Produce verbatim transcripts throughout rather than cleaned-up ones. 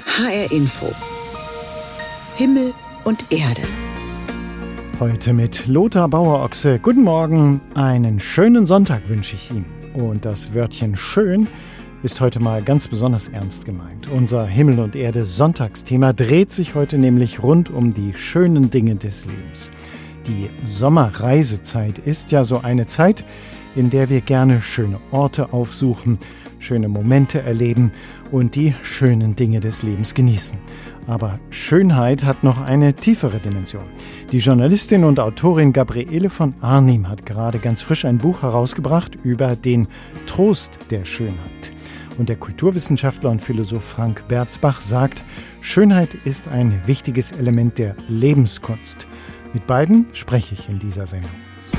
H R Info. Himmel und Erde. Heute mit Lothar Bauer-Ochse. Guten Morgen, einen schönen Sonntag wünsche ich Ihnen. Und das Wörtchen schön ist heute mal ganz besonders ernst gemeint. Unser Himmel und Erde Sonntagsthema dreht sich heute nämlich rund um die schönen Dinge des Lebens. Die Sommerreisezeit ist ja so eine Zeit, in der wir gerne schöne Orte aufsuchen, schöne Momente erleben und die schönen Dinge des Lebens genießen. Aber Schönheit hat noch eine tiefere Dimension. Die Journalistin und Autorin Gabriele von Arnim hat gerade ganz frisch ein Buch herausgebracht über den Trost der Schönheit. Und der Kulturwissenschaftler und Philosoph Frank Berzbach sagt, Schönheit ist ein wichtiges Element der Lebenskunst. Mit beiden spreche ich in dieser Sendung.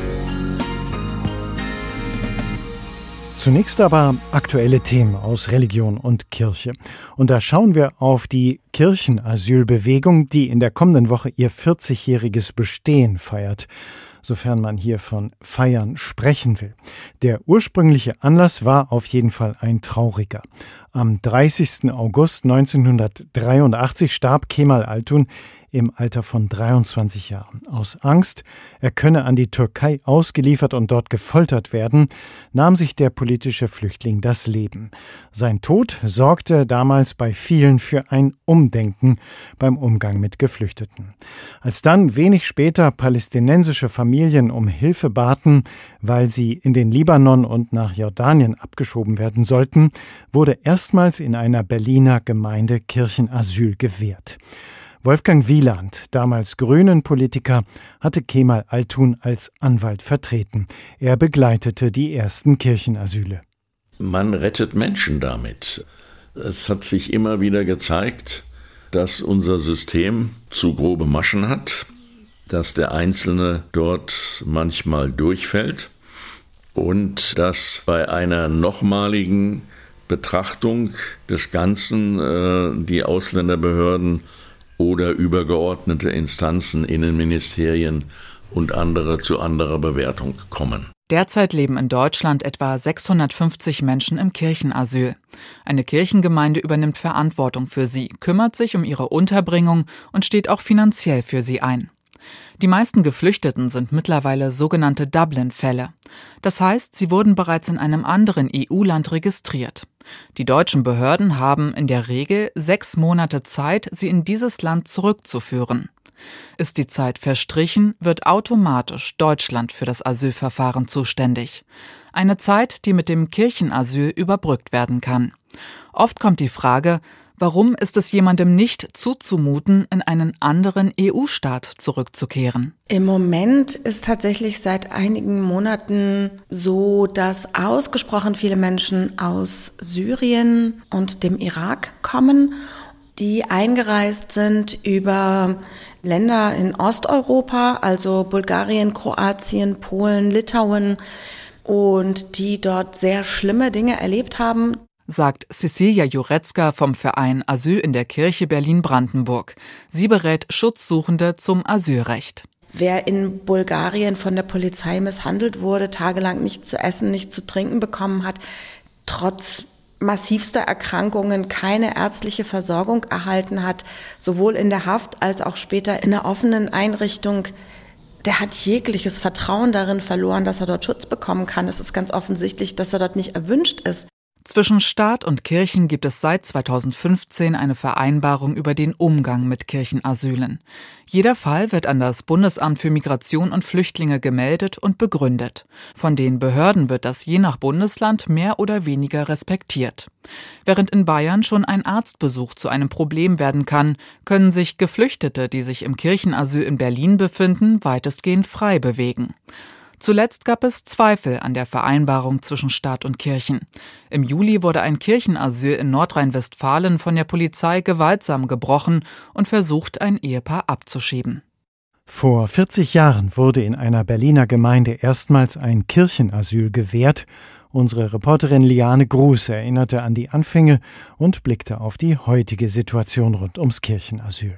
Zunächst aber aktuelle Themen aus Religion und Kirche. Und da schauen wir auf die Kirchenasylbewegung, die in der kommenden Woche ihr vierzigjähriges Bestehen feiert, sofern man hier von Feiern sprechen will. Der ursprüngliche Anlass war auf jeden Fall ein trauriger. Am dreißigsten August neunzehnhundertdreiundachtzig starb Kemal Altun im Alter von dreiundzwanzig Jahren. Aus Angst, er könne an die Türkei ausgeliefert und dort gefoltert werden, nahm sich der politische Flüchtling das Leben. Sein Tod sorgte damals bei vielen für ein Umdenken beim Umgang mit Geflüchteten. Als dann wenig später palästinensische Familien um Hilfe baten, weil sie in den Libanon und nach Jordanien abgeschoben werden sollten, wurde erstmals in einer Berliner Gemeinde Kirchenasyl gewährt. Wolfgang Wieland, damals Grünen-Politiker, hatte Kemal Altun als Anwalt vertreten. Er begleitete die ersten Kirchenasyle. Man rettet Menschen damit. Es hat sich immer wieder gezeigt, dass unser System zu grobe Maschen hat, dass der Einzelne dort manchmal durchfällt und dass bei einer nochmaligen Betrachtung des Ganzen äh, die Ausländerbehörden oder übergeordnete Instanzen, Innenministerien und andere zu anderer Bewertung kommen. Derzeit leben in Deutschland etwa sechshundertfünfzig Menschen im Kirchenasyl. Eine Kirchengemeinde übernimmt Verantwortung für sie, kümmert sich um ihre Unterbringung und steht auch finanziell für sie ein. Die meisten Geflüchteten sind mittlerweile sogenannte Dublin-Fälle. Das heißt, sie wurden bereits in einem anderen E U-Land registriert. Die deutschen Behörden haben in der Regel sechs Monate Zeit, sie in dieses Land zurückzuführen. Ist die Zeit verstrichen, wird automatisch Deutschland für das Asylverfahren zuständig. Eine Zeit, die mit dem Kirchenasyl überbrückt werden kann. Oft kommt die Frage, warum ist es jemandem nicht zuzumuten, in einen anderen E U-Staat zurückzukehren? Im Moment ist tatsächlich seit einigen Monaten so, dass ausgesprochen viele Menschen aus Syrien und dem Irak kommen, die eingereist sind über Länder in Osteuropa, also Bulgarien, Kroatien, Polen, Litauen, und die dort sehr schlimme Dinge erlebt haben, sagt Cecilia Jurecka vom Verein Asyl in der Kirche Berlin-Brandenburg. Sie berät Schutzsuchende zum Asylrecht. Wer in Bulgarien von der Polizei misshandelt wurde, tagelang nichts zu essen, nichts zu trinken bekommen hat, trotz massivster Erkrankungen keine ärztliche Versorgung erhalten hat, sowohl in der Haft als auch später in der offenen Einrichtung, der hat jegliches Vertrauen darin verloren, dass er dort Schutz bekommen kann. Es ist ganz offensichtlich, dass er dort nicht erwünscht ist. Zwischen Staat und Kirchen gibt es seit zweitausendfünfzehn eine Vereinbarung über den Umgang mit Kirchenasylen. Jeder Fall wird an das Bundesamt für Migration und Flüchtlinge gemeldet und begründet. Von den Behörden wird das je nach Bundesland mehr oder weniger respektiert. Während in Bayern schon ein Arztbesuch zu einem Problem werden kann, können sich Geflüchtete, die sich im Kirchenasyl in Berlin befinden, weitestgehend frei bewegen. Zuletzt gab es Zweifel an der Vereinbarung zwischen Staat und Kirchen. Im Juli wurde ein Kirchenasyl in Nordrhein-Westfalen von der Polizei gewaltsam gebrochen und versucht, ein Ehepaar abzuschieben. Vor vierzig Jahren wurde in einer Berliner Gemeinde erstmals ein Kirchenasyl gewährt. Unsere Reporterin Liane Gruß erinnerte an die Anfänge und blickte auf die heutige Situation rund ums Kirchenasyl.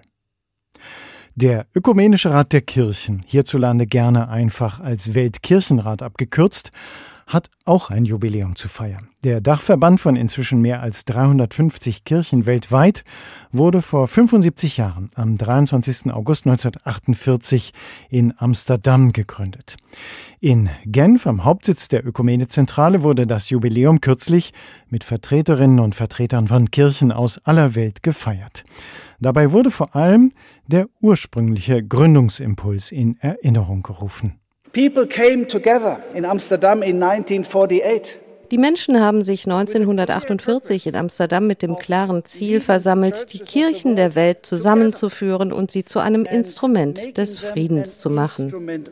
Der Ökumenische Rat der Kirchen, hierzulande gerne einfach als Weltkirchenrat abgekürzt, hat auch ein Jubiläum zu feiern. Der Dachverband von inzwischen mehr als dreihundertfünfzig Kirchen weltweit wurde vor fünfundsiebzig Jahren am dreiundzwanzigsten August neunzehnhundertachtundvierzig in Amsterdam gegründet. In Genf, am Hauptsitz der Ökumene-Zentrale, wurde das Jubiläum kürzlich mit Vertreterinnen und Vertretern von Kirchen aus aller Welt gefeiert. Dabei wurde vor allem der ursprüngliche Gründungsimpuls in Erinnerung gerufen. People came together in Amsterdam in neunzehnhundertachtzig. Die Menschen haben sich neunzehnhundertachtundvierzig in Amsterdam mit dem klaren Ziel versammelt, die Kirchen der Welt zusammenzuführen und sie zu einem Instrument des Friedens zu machen,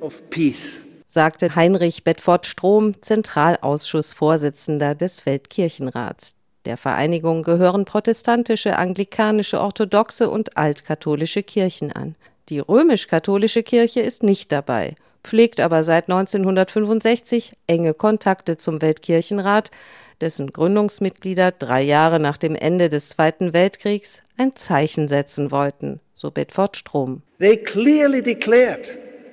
sagte Heinrich Bedford-Strom, Zentralausschussvorsitzender des Weltkirchenrats. Der Vereinigung gehören protestantische, anglikanische, orthodoxe und altkatholische Kirchen an. Die römisch-katholische Kirche ist nicht dabei, pflegt aber seit neunzehnhundertfünfundsechzig enge Kontakte zum Weltkirchenrat, dessen Gründungsmitglieder drei Jahre nach dem Ende des Zweiten Weltkriegs ein Zeichen setzen wollten, so Bedford-Strom. They clearly declared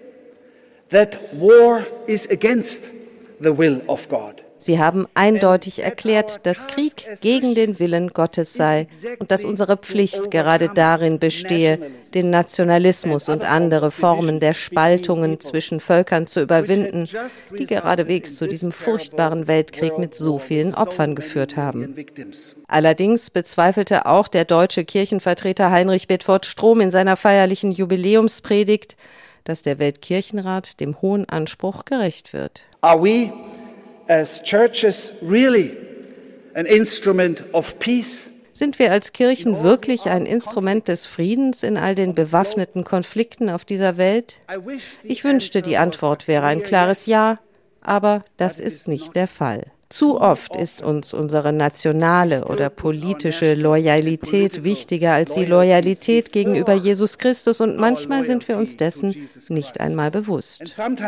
that war is against the will of God. Sie haben eindeutig erklärt, dass Krieg gegen den Willen Gottes sei und dass unsere Pflicht gerade darin bestehe, den Nationalismus und andere Formen der Spaltungen zwischen Völkern zu überwinden, die geradewegs zu diesem furchtbaren Weltkrieg mit so vielen Opfern geführt haben. Allerdings bezweifelte auch der deutsche Kirchenvertreter Heinrich Bedford-Strom in seiner feierlichen Jubiläumspredigt, dass der Weltkirchenrat dem hohen Anspruch gerecht wird. Are we as churches really an instrument of peace? Sind wir als Kirchen wirklich ein Instrument des Friedens in all den bewaffneten Konflikten auf dieser Welt? Ich wünschte, die Antwort wäre ein klares Ja, aber das ist nicht der Fall. Zu oft ist uns unsere nationale oder politische Loyalität wichtiger als die Loyalität gegenüber Jesus Christus und manchmal sind wir uns dessen nicht einmal bewusst.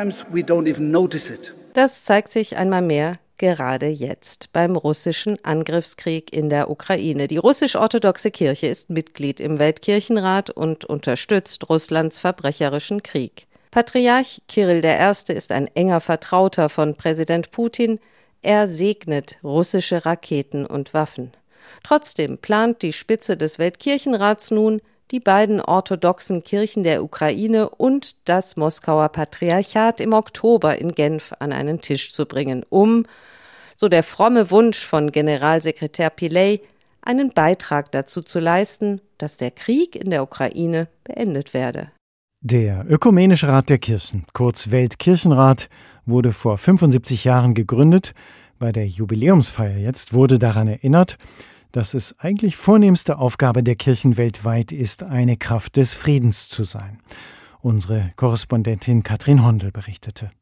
Das zeigt sich einmal mehr gerade jetzt beim russischen Angriffskrieg in der Ukraine. Die russisch-orthodoxe Kirche ist Mitglied im Weltkirchenrat und unterstützt Russlands verbrecherischen Krieg. Patriarch Kyrill der Erste ist ein enger Vertrauter von Präsident Putin. Er segnet russische Raketen und Waffen. Trotzdem plant die Spitze des Weltkirchenrats nun, die beiden orthodoxen Kirchen der Ukraine und das Moskauer Patriarchat im Oktober in Genf an einen Tisch zu bringen, um, so der fromme Wunsch von Generalsekretär Pillay, einen Beitrag dazu zu leisten, dass der Krieg in der Ukraine beendet werde. Der Ökumenische Rat der Kirchen, kurz Weltkirchenrat, wurde vor fünfundsiebzig Jahren gegründet. Bei der Jubiläumsfeier jetzt wurde daran erinnert, dass es eigentlich vornehmste Aufgabe der Kirchen weltweit ist, eine Kraft des Friedens zu sein. Unsere Korrespondentin Katrin Hondel berichtete.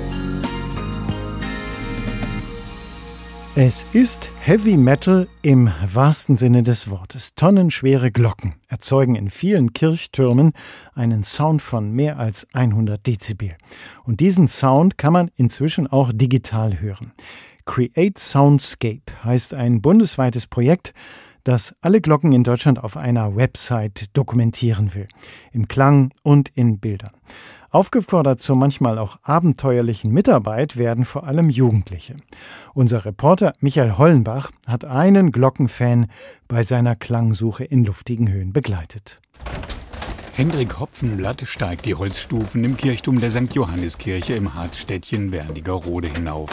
Es ist Heavy Metal im wahrsten Sinne des Wortes. Tonnenschwere Glocken erzeugen in vielen Kirchtürmen einen Sound von mehr als hundert Dezibel. Und diesen Sound kann man inzwischen auch digital hören. Create Soundscape heißt ein bundesweites Projekt, das alle Glocken in Deutschland auf einer Website dokumentieren will, im Klang und in Bildern. Aufgefordert zur manchmal auch abenteuerlichen Mitarbeit werden vor allem Jugendliche. Unser Reporter Michael Hollenbach hat einen Glockenfan bei seiner Klangsuche in luftigen Höhen begleitet. Hendrik Hopfenblatt steigt die Holzstufen im Kirchturm der Sankt Johanniskirche im Harzstädtchen Wernigerode hinauf.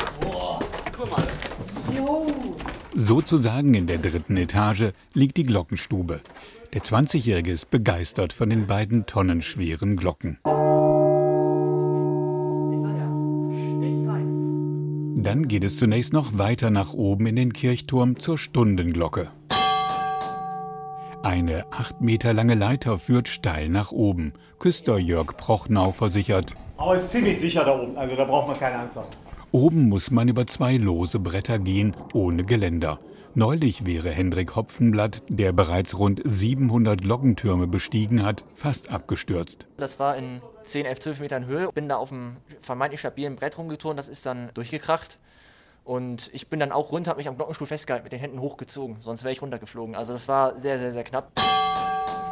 Sozusagen in der dritten Etage liegt die Glockenstube. Der zwanzigjährige ist begeistert von den beiden tonnenschweren Glocken. Dann geht es zunächst noch weiter nach oben in den Kirchturm zur Stundenglocke. Eine acht Meter lange Leiter führt steil nach oben. Küster Jörg Prochnau versichert: Aber es ist ziemlich sicher da oben, also da braucht man keine Angst haben. Oben muss man über zwei lose Bretter gehen, ohne Geländer. Neulich wäre Hendrik Hopfenblatt, der bereits rund siebenhundert Glockentürme bestiegen hat, fast abgestürzt. Das war in zehn, elf, zwölf Metern Höhe. Bin da auf einem vermeintlich stabilen Brett rumgeturnt, das ist dann durchgekracht. Und ich bin dann auch runter, habe mich am Glockenstuhl festgehalten, mit den Händen hochgezogen, sonst wäre ich runtergeflogen. Also das war sehr, sehr, sehr knapp.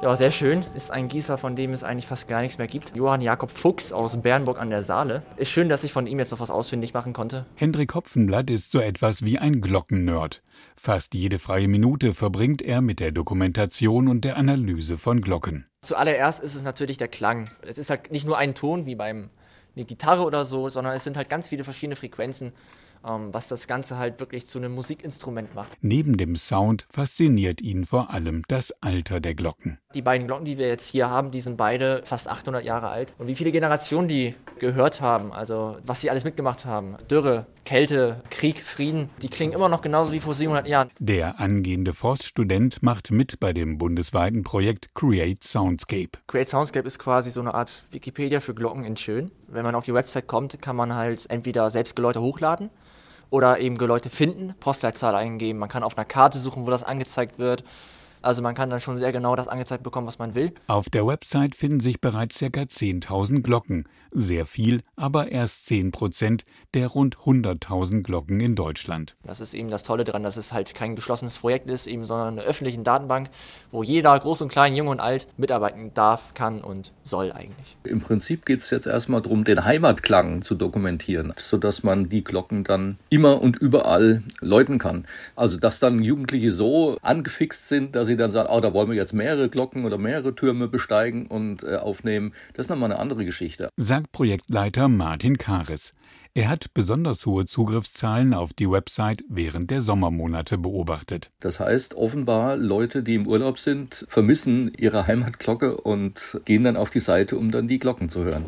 Ja, sehr schön. Ist ein Gießer, von dem es eigentlich fast gar nichts mehr gibt. Johann Jakob Fuchs aus Bernburg an der Saale. Ist schön, dass ich von ihm jetzt noch was ausfindig machen konnte. Hendrik Hopfenblatt ist so etwas wie ein Glockennerd. Fast jede freie Minute verbringt er mit der Dokumentation und der Analyse von Glocken. Zuallererst ist es natürlich der Klang. Es ist halt nicht nur ein Ton wie beim eine Gitarre oder so, sondern es sind halt ganz viele verschiedene Frequenzen, was das Ganze halt wirklich zu einem Musikinstrument macht. Neben dem Sound fasziniert ihn vor allem das Alter der Glocken. Die beiden Glocken, die wir jetzt hier haben, die sind beide fast achthundert Jahre alt. Und wie viele Generationen die gehört haben, also was sie alles mitgemacht haben. Dürre, Kälte, Krieg, Frieden, die klingen immer noch genauso wie vor siebenhundert Jahren. Der angehende Forststudent macht mit bei dem bundesweiten Projekt Create Soundscape. Create Soundscape ist quasi so eine Art Wikipedia für Glocken in schön. Wenn man auf die Website kommt, kann man halt entweder selbst Geläute hochladen oder eben Geläute finden, Postleitzahl eingeben. Man kann auf einer Karte suchen, wo das angezeigt wird. Also man kann dann schon sehr genau das angezeigt bekommen, was man will. Auf der Website finden sich bereits ca. zehntausend Glocken. Sehr viel, aber erst zehn Prozent der rund hunderttausend Glocken in Deutschland. Das ist eben das Tolle daran, dass es halt kein geschlossenes Projekt ist, eben, sondern eine öffentliche Datenbank, wo jeder, groß und klein, jung und alt, mitarbeiten darf, kann und soll eigentlich. Im Prinzip geht es jetzt erstmal darum, den Heimatklang zu dokumentieren, sodass man die Glocken dann immer und überall läuten kann. Also dass dann Jugendliche so angefixt sind, dass sie dann sagen, oh, da wollen wir jetzt mehrere Glocken oder mehrere Türme besteigen und äh, aufnehmen. Das ist nochmal eine andere Geschichte. Sagt Projektleiter Martin Kares. Er hat besonders hohe Zugriffszahlen auf die Website während der Sommermonate beobachtet. Das heißt, offenbar Leute, die im Urlaub sind, vermissen ihre Heimatglocke und gehen dann auf die Seite, um dann die Glocken zu hören.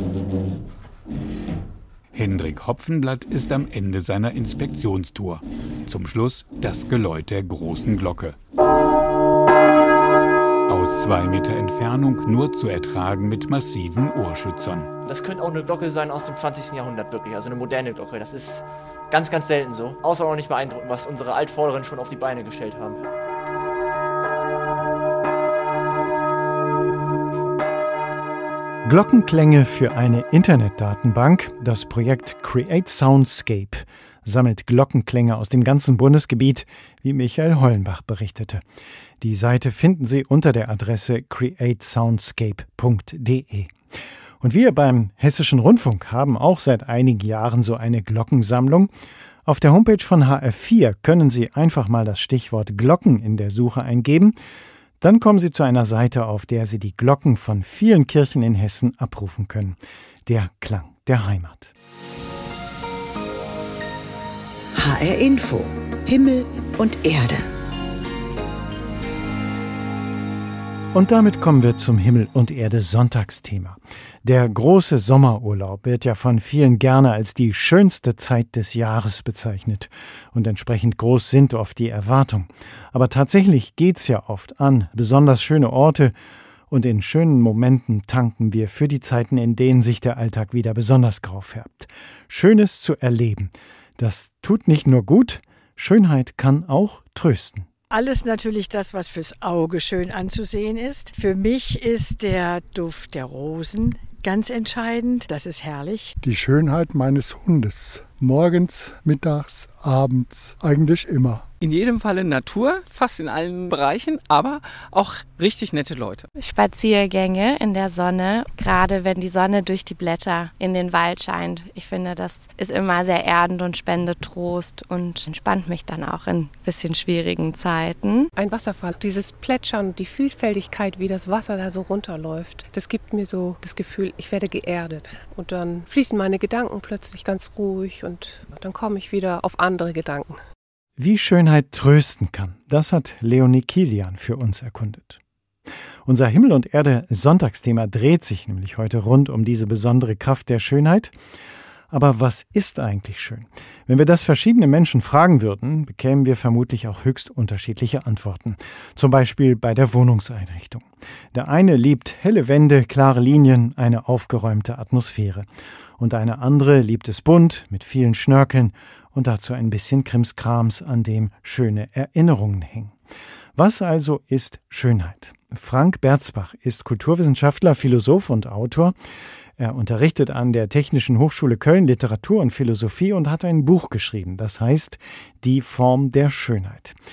Hendrik Hopfenblatt ist am Ende seiner Inspektionstour. Zum Schluss das Geläut der großen Glocke. Aus zwei Meter Entfernung nur zu ertragen mit massiven Ohrschützern. Das könnte auch eine Glocke sein aus dem zwanzigsten Jahrhundert, wirklich, also eine moderne Glocke. Das ist ganz, ganz selten so. Außerordentlich beeindruckend, was unsere Altvorderen schon auf die Beine gestellt haben. Glockenklänge für eine Internetdatenbank. Das Projekt Create Soundscape sammelt Glockenklänge aus dem ganzen Bundesgebiet, wie Michael Hollenbach berichtete. Die Seite finden Sie unter der Adresse create soundscape punkt de. Und wir beim Hessischen Rundfunk haben auch seit einigen Jahren so eine Glockensammlung. Auf der Homepage von H F vier können Sie einfach mal das Stichwort Glocken in der Suche eingeben. Dann kommen Sie zu einer Seite, auf der Sie die Glocken von vielen Kirchen in Hessen abrufen können. Der Klang der Heimat. H R Info. Himmel und Erde. Und damit kommen wir zum Himmel und Erde Sonntagsthema. Der große Sommerurlaub wird ja von vielen gerne als die schönste Zeit des Jahres bezeichnet. Und entsprechend groß sind oft die Erwartungen. Aber tatsächlich geht's ja oft an besonders schöne Orte. Und in schönen Momenten tanken wir für die Zeiten, in denen sich der Alltag wieder besonders grau färbt. Schönes zu erleben. Das tut nicht nur gut, Schönheit kann auch trösten. Alles natürlich das, was fürs Auge schön anzusehen ist. Für mich ist der Duft der Rosen ganz entscheidend. Das ist herrlich. Die Schönheit meines Hundes. Morgens, mittags, abends, eigentlich immer. In jedem Falle Natur, fast in allen Bereichen, aber auch richtig nette Leute. Spaziergänge in der Sonne, gerade wenn die Sonne durch die Blätter in den Wald scheint. Ich finde, das ist immer sehr erdend und spendet Trost und entspannt mich dann auch in ein bisschen schwierigen Zeiten. Ein Wasserfall, dieses Plätschern, die Vielfältigkeit, wie das Wasser da so runterläuft, das gibt mir so das Gefühl, ich werde geerdet. Und dann fließen meine Gedanken plötzlich ganz ruhig und dann komme ich wieder auf andere Gedanken. Wie Schönheit trösten kann, das hat Leonie Kilian für uns erkundet. Unser Himmel und Erde Sonntagsthema dreht sich nämlich heute rund um diese besondere Kraft der Schönheit. Aber was ist eigentlich schön? Wenn wir das verschiedene Menschen fragen würden, bekämen wir vermutlich auch höchst unterschiedliche Antworten. Zum Beispiel bei der Wohnungseinrichtung. Der eine liebt helle Wände, klare Linien, eine aufgeräumte Atmosphäre. Und eine andere liebt es bunt, mit vielen Schnörkeln und dazu ein bisschen Krimskrams, an dem schöne Erinnerungen hängen. Was also ist Schönheit? Frank Berzbach ist Kulturwissenschaftler, Philosoph und Autor. Er unterrichtet an der Technischen Hochschule Köln Literatur und Philosophie und hat ein Buch geschrieben, das heißt Die Form der Schönheit.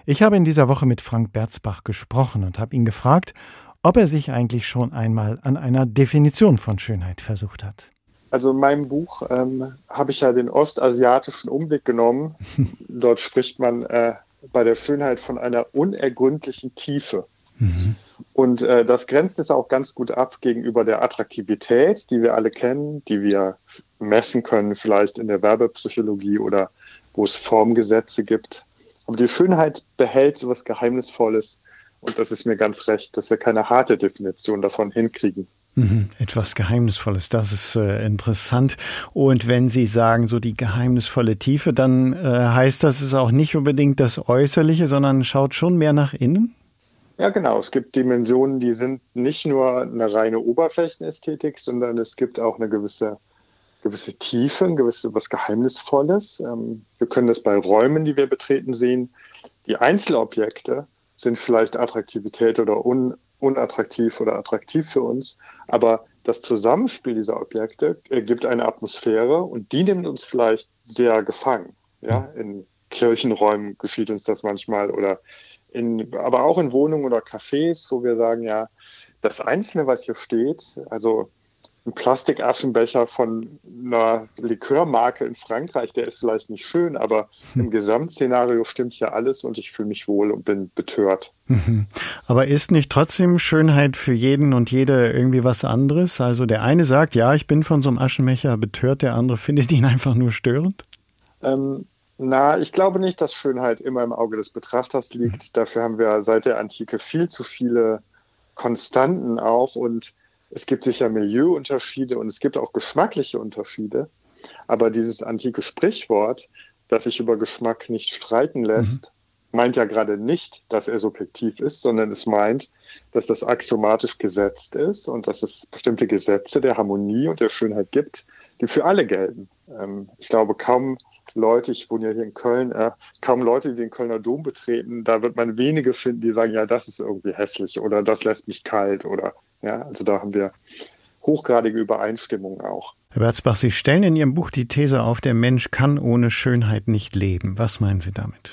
Ich habe in dieser Woche mit Frank Berzbach gesprochen und habe ihn gefragt, ob er sich eigentlich schon einmal an einer Definition von Schönheit versucht hat. Also in meinem Buch ähm, habe ich ja den ostasiatischen Umweg genommen. Dort spricht man äh, bei der Schönheit von einer unergründlichen Tiefe. Mhm. Und äh, das grenzt es auch ganz gut ab gegenüber der Attraktivität, die wir alle kennen, die wir messen können, vielleicht in der Werbepsychologie oder wo es Formgesetze gibt. Aber die Schönheit behält so etwas Geheimnisvolles. Und das ist mir ganz recht, dass wir keine harte Definition davon hinkriegen. Mhm, etwas Geheimnisvolles, das ist äh, interessant. Und wenn Sie sagen, so die geheimnisvolle Tiefe, dann äh, heißt das, es ist auch nicht unbedingt das Äußerliche, sondern schaut schon mehr nach innen? Ja, genau. Es gibt Dimensionen, die sind nicht nur eine reine Oberflächenästhetik, sondern es gibt auch eine gewisse, gewisse Tiefe, ein gewisses was Geheimnisvolles. Ähm, wir können das bei Räumen, die wir betreten, sehen. Die Einzelobjekte sind vielleicht Attraktivität oder un unattraktiv oder attraktiv für uns, aber das Zusammenspiel dieser Objekte ergibt eine Atmosphäre und die nimmt uns vielleicht sehr gefangen. Ja, in Kirchenräumen geschieht uns das manchmal oder in, aber auch in Wohnungen oder Cafés, wo wir sagen, ja, das Einzelne, was hier steht, also ein Plastikaschenbecher von einer Likörmarke in Frankreich, der ist vielleicht nicht schön, aber hm. im Gesamtszenario stimmt hier alles und ich fühle mich wohl und bin betört. Mhm. Aber ist nicht trotzdem Schönheit für jeden und jede irgendwie was anderes? Also der eine sagt, ja, ich bin von so einem Aschenbecher betört, der andere findet ihn einfach nur störend? Ähm, na, ich glaube nicht, dass Schönheit immer im Auge des Betrachters liegt. Mhm. Dafür haben wir seit der Antike viel zu viele Konstanten auch und es gibt sicher Milieuunterschiede und es gibt auch geschmackliche Unterschiede. Aber dieses antike Sprichwort, das sich über Geschmack nicht streiten lässt, mhm. meint ja gerade nicht, dass er subjektiv ist, sondern es meint, dass das axiomatisch gesetzt ist und dass es bestimmte Gesetze der Harmonie und der Schönheit gibt, die für alle gelten. Ähm, ich glaube, kaum Leute, ich wohne ja hier in Köln, äh, kaum Leute, die den Kölner Dom betreten, da wird man wenige finden, die sagen, ja, das ist irgendwie hässlich oder das lässt mich kalt oder ja, also da haben wir hochgradige Übereinstimmungen auch. Herr Berzbach, Sie stellen in Ihrem Buch die These auf, der Mensch kann ohne Schönheit nicht leben. Was meinen Sie damit?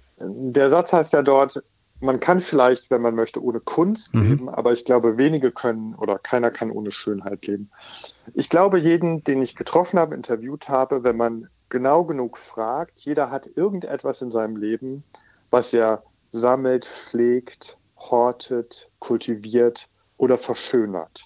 Der Satz heißt ja dort, man kann vielleicht, wenn man möchte, ohne Kunst mhm. leben, aber ich glaube, wenige können oder keiner kann ohne Schönheit leben. Ich glaube, jeden, den ich getroffen habe, interviewt habe, wenn man genau genug fragt, jeder hat irgendetwas in seinem Leben, was er sammelt, pflegt, hortet, kultiviert oder verschönert.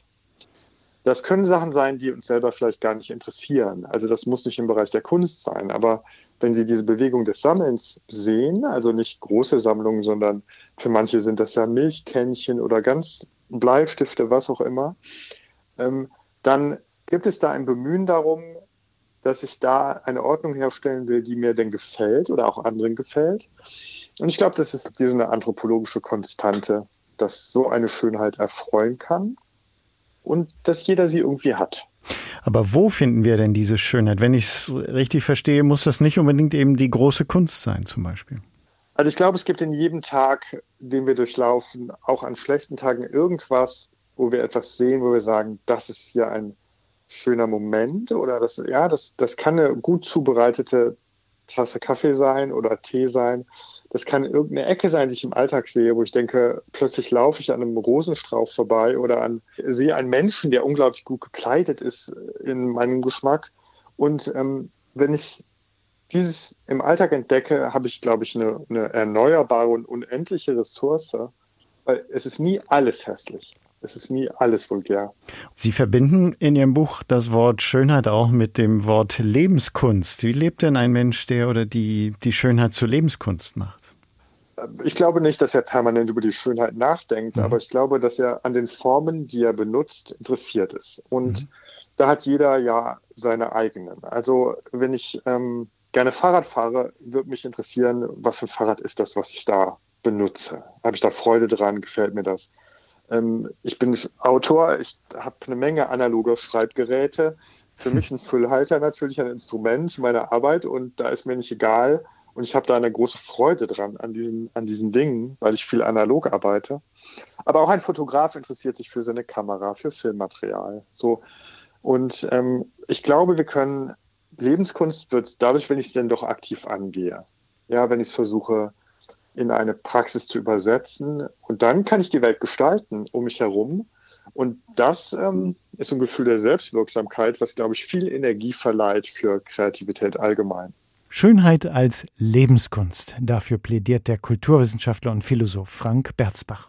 Das können Sachen sein, die uns selber vielleicht gar nicht interessieren. Also das muss nicht im Bereich der Kunst sein. Aber wenn Sie diese Bewegung des Sammelns sehen, also nicht große Sammlungen, sondern für manche sind das ja Milchkännchen oder ganz Bleistifte, was auch immer, ähm, dann gibt es da ein Bemühen darum, dass ich da eine Ordnung herstellen will, die mir denn gefällt oder auch anderen gefällt. Und ich glaube, das ist diese anthropologische Konstante, dass so eine Schönheit erfreuen kann und dass jeder sie irgendwie hat. Aber wo finden wir denn diese Schönheit? Wenn ich es richtig verstehe, muss das nicht unbedingt eben die große Kunst sein zum Beispiel. Also ich glaube, es gibt in jedem Tag, den wir durchlaufen, auch an schlechten Tagen irgendwas, wo wir etwas sehen, wo wir sagen, das ist hier ein schöner Moment oder das, ja, das, das kann eine gut zubereitete Tasse Kaffee sein oder Tee sein. Das kann irgendeine Ecke sein, die ich im Alltag sehe, wo ich denke, plötzlich laufe ich an einem Rosenstrauch vorbei oder an, sehe einen Menschen, der unglaublich gut gekleidet ist in meinem Geschmack. Und ähm, wenn ich dieses im Alltag entdecke, habe ich, glaube ich, eine, eine erneuerbare und unendliche Ressource, weil es ist nie alles hässlich. Es ist nie alles vulgär. Sie verbinden in Ihrem Buch das Wort Schönheit auch mit dem Wort Lebenskunst. Wie lebt denn ein Mensch, der oder die die Schönheit zur Lebenskunst macht? Ich glaube nicht, dass er permanent über die Schönheit nachdenkt, mhm. aber ich glaube, dass er an den Formen, die er benutzt, interessiert ist. Und mhm. da hat jeder ja seine eigenen. Also wenn ich ähm, gerne Fahrrad fahre, würde mich interessieren, was für ein Fahrrad ist das, was ich da benutze. Habe ich da Freude dran? Gefällt mir das? Ähm, ich bin Autor, ich habe eine Menge analoger Schreibgeräte. Für mich ein Füllhalter natürlich ein Instrument meiner Arbeit und da ist mir nicht egal. Und ich habe da eine große Freude dran an diesen, an diesen Dingen, weil ich viel analog arbeite. Aber auch ein Fotograf interessiert sich für seine Kamera, für Filmmaterial. So. Und ähm, ich glaube, wir können, Lebenskunst wird dadurch, wenn ich es denn doch aktiv angehe. Ja, wenn ich es versuche, in eine Praxis zu übersetzen. Und dann kann ich die Welt gestalten um mich herum. Und das ähm, ist ein Gefühl der Selbstwirksamkeit, was, glaube ich, viel Energie verleiht für Kreativität allgemein. Schönheit als Lebenskunst. Dafür plädiert der Kulturwissenschaftler und Philosoph Frank Berzbach.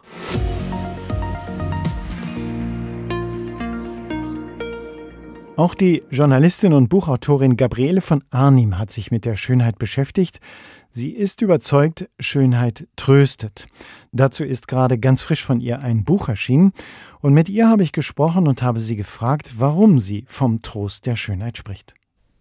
Auch die Journalistin und Buchautorin Gabriele von Arnim hat sich mit der Schönheit beschäftigt. Sie ist überzeugt, Schönheit tröstet. Dazu ist gerade ganz frisch von ihr ein Buch erschienen. Und mit ihr habe ich gesprochen und habe sie gefragt, warum sie vom Trost der Schönheit spricht.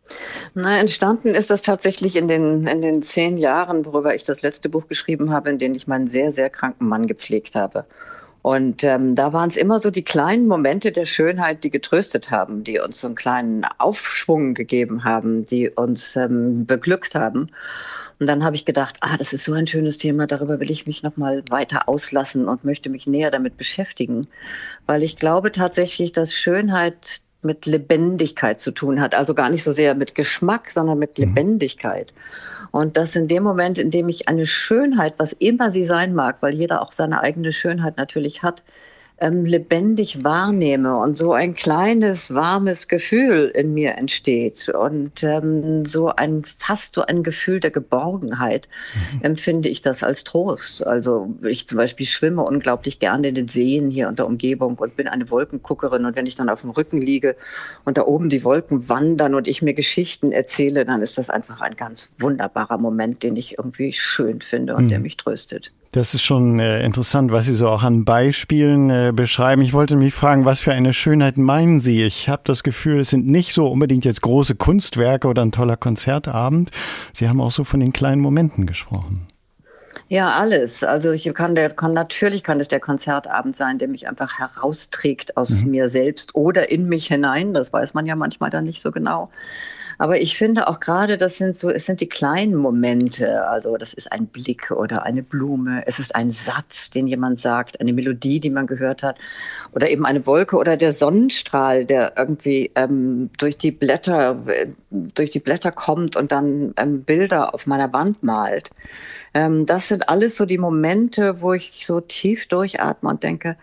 Na, entstanden ist das tatsächlich in den, in den zehn Jahren, worüber ich das letzte Buch geschrieben habe, in dem ich meinen sehr, sehr kranken Mann gepflegt habe. Und ähm, da waren es immer so die kleinen Momente der Schönheit, die getröstet haben, die uns so einen kleinen Aufschwung gegeben haben, die uns ähm, beglückt haben. Und dann habe ich gedacht, ah, das ist so ein schönes Thema, darüber will ich mich noch mal weiter auslassen und möchte mich näher damit beschäftigen. Weil ich glaube tatsächlich, dass Schönheit mit Lebendigkeit zu tun hat. Also gar nicht so sehr mit Geschmack, sondern mit Lebendigkeit. Und das in dem Moment, in dem ich eine Schönheit, was immer sie sein mag, weil jeder auch seine eigene Schönheit natürlich hat, ähm, lebendig wahrnehme und so ein kleines, warmes Gefühl in mir entsteht und ähm, so ein, fast so ein Gefühl der Geborgenheit, mhm. empfinde ich das als Trost. Also ich zum Beispiel schwimme unglaublich gerne in den Seen hier in der Umgebung und bin eine Wolkenguckerin, und wenn ich dann auf dem Rücken liege und da oben die Wolken wandern und ich mir Geschichten erzähle, dann ist das einfach ein ganz wunderbarer Moment, den ich irgendwie schön finde und mhm. der mich tröstet. Das ist schon äh, interessant, was Sie so auch an Beispielen äh, beschreiben. Ich wollte mich fragen, was für eine Schönheit meinen Sie? Ich habe das Gefühl, es sind nicht so unbedingt jetzt große Kunstwerke oder ein toller Konzertabend. Sie haben auch so von den kleinen Momenten gesprochen. Ja, alles. Also ich kann, der, kann natürlich kann es der Konzertabend sein, der mich einfach herausträgt aus mhm. mir selbst oder in mich hinein. Das weiß man ja manchmal dann nicht so genau. Aber ich finde auch gerade, das sind so, es sind die kleinen Momente. Also das ist ein Blick oder eine Blume. Es ist ein Satz, den jemand sagt, eine Melodie, die man gehört hat. Oder eben eine Wolke oder der Sonnenstrahl, der irgendwie ähm, durch die Blätter, durch die Blätter kommt und dann ähm, Bilder auf meiner Wand malt. Ähm, das sind alles so die Momente, wo ich so tief durchatme und denke,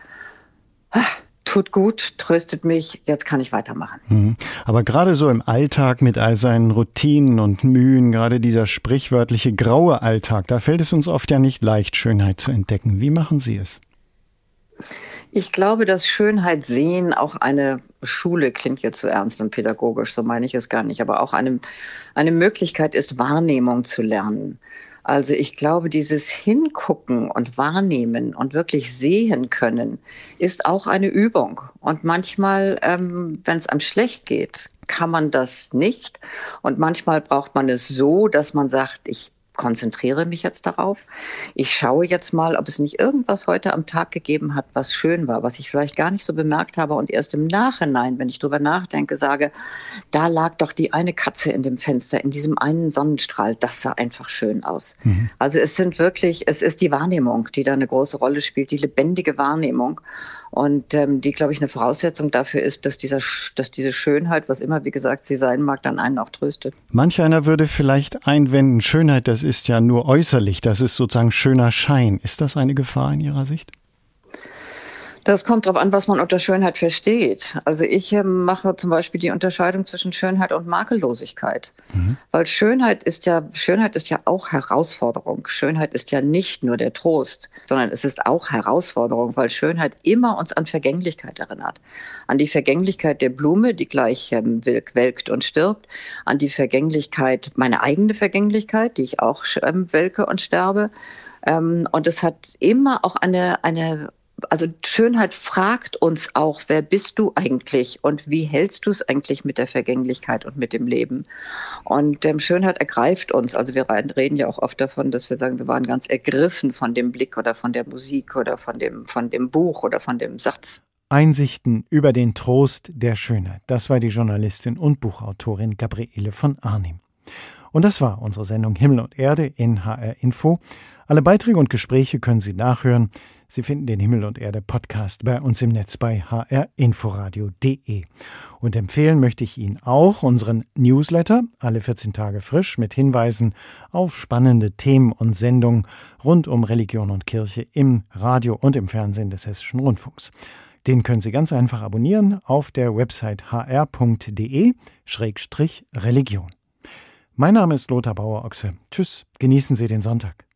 ach, tut gut, tröstet mich, jetzt kann ich weitermachen. Mhm. Aber gerade so im Alltag mit all seinen Routinen und Mühen, gerade dieser sprichwörtliche graue Alltag, da fällt es uns oft ja nicht leicht, Schönheit zu entdecken. Wie machen Sie es? Ich glaube, dass Schönheit sehen auch eine Schule, klingt jetzt zu ernst und pädagogisch, so meine ich es gar nicht, aber auch eine, eine Möglichkeit ist, Wahrnehmung zu lernen. Also ich glaube, dieses Hingucken und Wahrnehmen und wirklich sehen können, ist auch eine Übung. Und manchmal, ähm, wenn es einem schlecht geht, kann man das nicht. Und manchmal braucht man es so, dass man sagt, ich konzentriere mich jetzt darauf. Ich schaue jetzt mal, ob es nicht irgendwas heute am Tag gegeben hat, was schön war, was ich vielleicht gar nicht so bemerkt habe und erst im Nachhinein, wenn ich drüber nachdenke, sage, da lag doch die eine Katze in dem Fenster, in diesem einen Sonnenstrahl, das sah einfach schön aus. Mhm. Also es sind wirklich, es ist die Wahrnehmung, die da eine große Rolle spielt, die lebendige Wahrnehmung. Und ähm, die, glaube ich, eine Voraussetzung dafür ist, dass, dieser, dass diese Schönheit, was immer, wie gesagt, sie sein mag, dann einen auch tröstet. Manch einer würde vielleicht einwenden, Schönheit, das ist ja nur äußerlich, das ist sozusagen schöner Schein. Ist das eine Gefahr in Ihrer Sicht? Das kommt darauf an, was man unter Schönheit versteht. Also ich äh, mache zum Beispiel die Unterscheidung zwischen Schönheit und Makellosigkeit. Mhm. Weil Schönheit ist ja, Schönheit ist ja auch Herausforderung. Schönheit ist ja nicht nur der Trost, sondern es ist auch Herausforderung, weil Schönheit immer uns an Vergänglichkeit erinnert. An die Vergänglichkeit der Blume, die gleich ähm, welkt und stirbt. An die Vergänglichkeit, meine eigene Vergänglichkeit, die ich auch ähm, welke und sterbe. Ähm, und es hat immer auch eine, eine Also Schönheit fragt uns auch, wer bist du eigentlich und wie hältst du es eigentlich mit der Vergänglichkeit und mit dem Leben? Und ähm, Schönheit ergreift uns. Also wir reden ja auch oft davon, dass wir sagen, wir waren ganz ergriffen von dem Blick oder von der Musik oder von dem, von dem Buch oder von dem Satz. Einsichten über den Trost der Schönheit. Das war die Journalistin und Buchautorin Gabriele von Arnim. Und das war unsere Sendung Himmel und Erde in H R Info. Alle Beiträge und Gespräche können Sie nachhören. Sie finden den Himmel und Erde Podcast bei uns im Netz bei h r inforadio punkt d e. Und empfehlen möchte ich Ihnen auch unseren Newsletter, alle vierzehn Tage frisch, mit Hinweisen auf spannende Themen und Sendungen rund um Religion und Kirche im Radio und im Fernsehen des Hessischen Rundfunks. Den können Sie ganz einfach abonnieren auf der Website h r punkt d e Schrägstrich Religion. Mein Name ist Lothar Bauer-Ochse. Tschüss, genießen Sie den Sonntag.